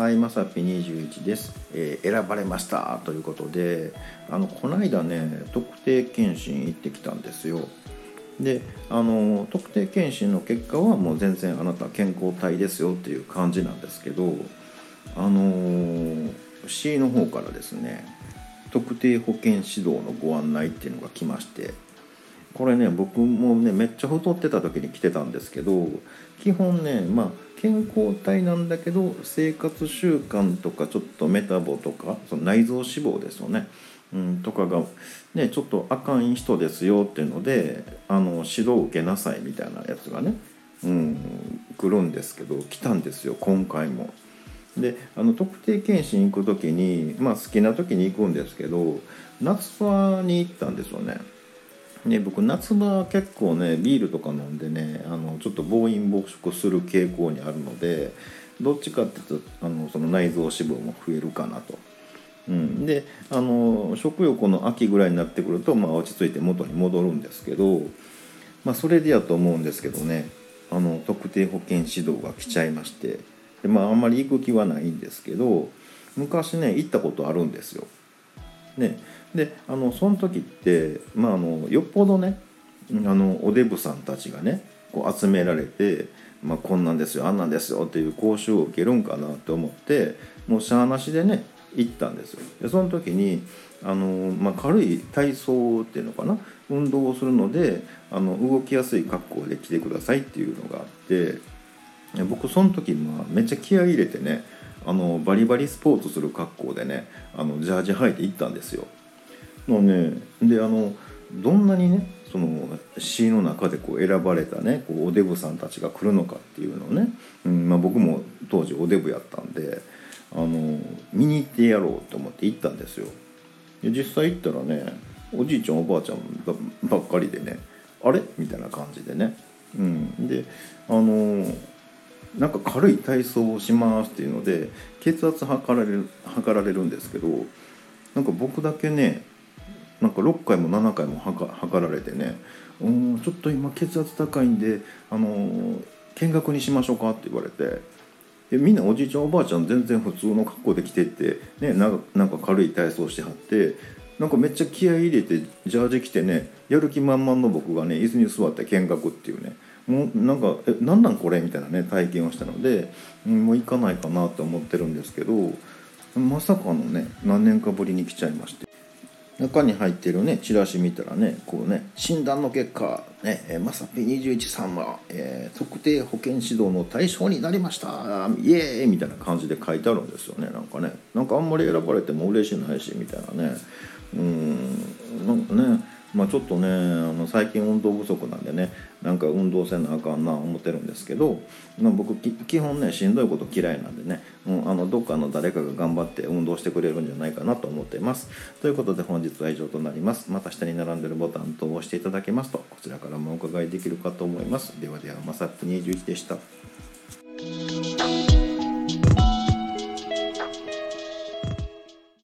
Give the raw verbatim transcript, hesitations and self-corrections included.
はい、まさぴにじゅういちです、えー、選ばれましたということで、あのこの間ね特定健診行ってきたんですよ。で、あの特定健診の結果はもう全然あなた健康体ですよっていう感じなんですけど、あのー、市の方からですね、特定保健指導のご案内っていうのが来まして、これね僕もねめっちゃ太ってた時に来てたんですけど、基本ねまあ健康体なんだけど生活習慣とかちょっとメタボとかその内臓脂肪ですよね、うん、とかがねちょっとあかん人ですよっていうので、あの指導を受けなさいみたいなやつがね、うん、来るんですけど、来たんですよ今回も。で、あの特定健診行く時に、まあ、好きな時に行くんですけど、夏場に行ったんですよね。ね、僕夏場結構ねビールとか飲んでね、あのちょっと暴飲暴食する傾向にあるので、どっちかっていうとあのその内臓脂肪も増えるかなと、うん、であの食欲の秋ぐらいになってくると、まあ、落ち着いて元に戻るんですけど、まあ、それでやと思うんですけどね、あの特定保健指導が来ちゃいまして、で、まあ、あんまり行く気はないんですけど、昔ね行ったことあるんですよ。ね、であのその時って、まあ、あのよっぽどねあのおデブさんたちがねこう集められて、まあ、こんなんですよあんなんですよっていう講習を受けるんかなと思って、もうしゃーなしでね行ったんですよ。でその時にあの、まあ、軽い体操っていうのかな、運動をするのであの動きやすい格好で来てくださいっていうのがあって、僕その時、まあ、めっちゃ気合い入れてね、あのバリバリスポーツする格好でね、あのジャージ履いて行ったんですよ。のね、であのどんなにねその市の中でこう選ばれたねこうおデブさんたちが来るのかっていうのをね、うんまあ、僕も当時おデブやったんで、あの見に行ってやろうと思って行ったんですよ。で実際行ったらね、おじいちゃんおばあちゃんばっかりでね、あれみたいな感じでね、うん、であのなんか軽い体操をしますっていうので血圧測られる測られるんですけど、なんか僕だけねなんかろっかいもななかいも測られてね、うんちょっと今血圧高いんで、あのー見学にしましょうかって言われて、でみんなおじいちゃんおばあちゃん全然普通の格好で来てって、ね、なんかなんか軽い体操してはって、なんかめっちゃ気合い入れてジャージ着てね、やる気満々の僕がね椅子に座って見学っていうね、もうなんかえなんなんこれみたいなね体験をしたので、うん、もう行かないかなと思ってるんですけど、まさかのね何年かぶりに来ちゃいまして、中に入ってるねチラシ見たらね、こうね診断の結果ね、えーまさぴにじゅういちさんは、えー特定保健指導の対象になりましたイエーイみたいな感じで書いてあるんですよね。なんかね、なんかあんまり選ばれても嬉しないしみたいなね、うーんなんかね、まあちょっとねあの最近運動不足なんでね、なんか運動せなあかんな思ってるんですけど、まあ、僕基本ねしんどいこと嫌いなんでね、うん、あのどっかの誰かが頑張って運動してくれるんじゃないかなと思っています。ということで本日は以上となります。また下に並んでいるボタン等を押していただけますとこちらからもお伺いできるかと思います。ではではまさっぷにじゅういちでした。